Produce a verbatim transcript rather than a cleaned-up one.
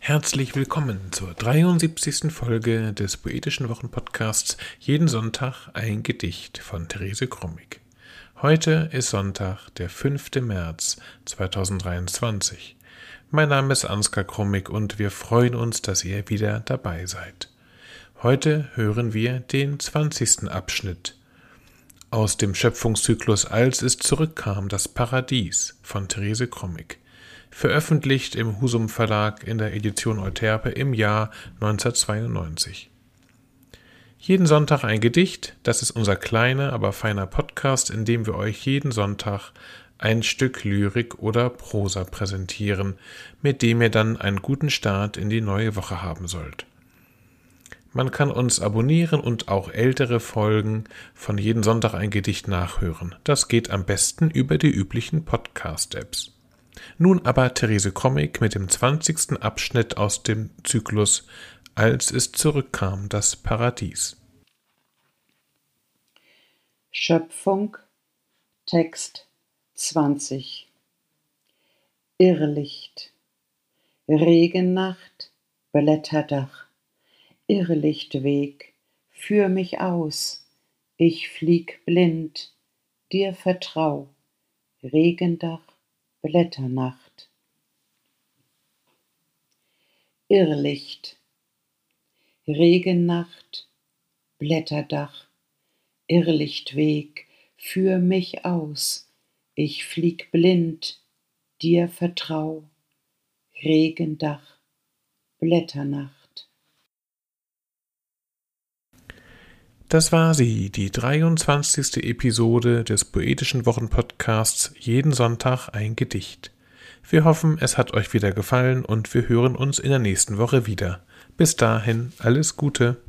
Herzlich willkommen zur dreiundsiebzigsten Folge des Poetischen Wochenpodcasts Jeden Sonntag ein Gedicht von Therese Krummig. Heute ist Sonntag, der fünfte März zweitausenddreiundzwanzig. Mein Name ist Ansgar Krummig und wir freuen uns, dass ihr wieder dabei seid. Heute hören wir den zwanzigsten Abschnitt aus dem Schöpfungszyklus Als es zurückkam, das Paradies von Therese Krummig. Veröffentlicht im Husum Verlag in der Edition Euterpe im Jahr neunzehnhundertzweiundneunzig. Jeden Sonntag ein Gedicht, das ist unser kleiner, aber feiner Podcast, in dem wir euch jeden Sonntag ein Stück Lyrik oder Prosa präsentieren, mit dem ihr dann einen guten Start in die neue Woche haben sollt. Man kann uns abonnieren und auch ältere Folgen von Jeden Sonntag ein Gedicht nachhören. Das geht am besten über die üblichen Podcast-Apps. Nun aber Therese Krummig mit dem zwanzigsten Abschnitt aus dem Zyklus Als es zurückkam, das Paradies. Schöpfung, Text zwanzig. Irrlicht, Regennacht, Blätterdach, Irrlichtweg, führ mich aus, ich flieg blind, dir vertrau, Regendach, Blätternacht. Irrlicht, Regennacht, Blätterdach, Irrlichtweg, führ mich aus, ich flieg blind, dir vertrau, Regendach, Blätternacht. Das war sie, die dreiundzwanzigste Episode des Poetischen Wochenpodcasts Jeden Sonntag ein Gedicht. Wir hoffen, es hat euch wieder gefallen und wir hören uns in der nächsten Woche wieder. Bis dahin, alles Gute.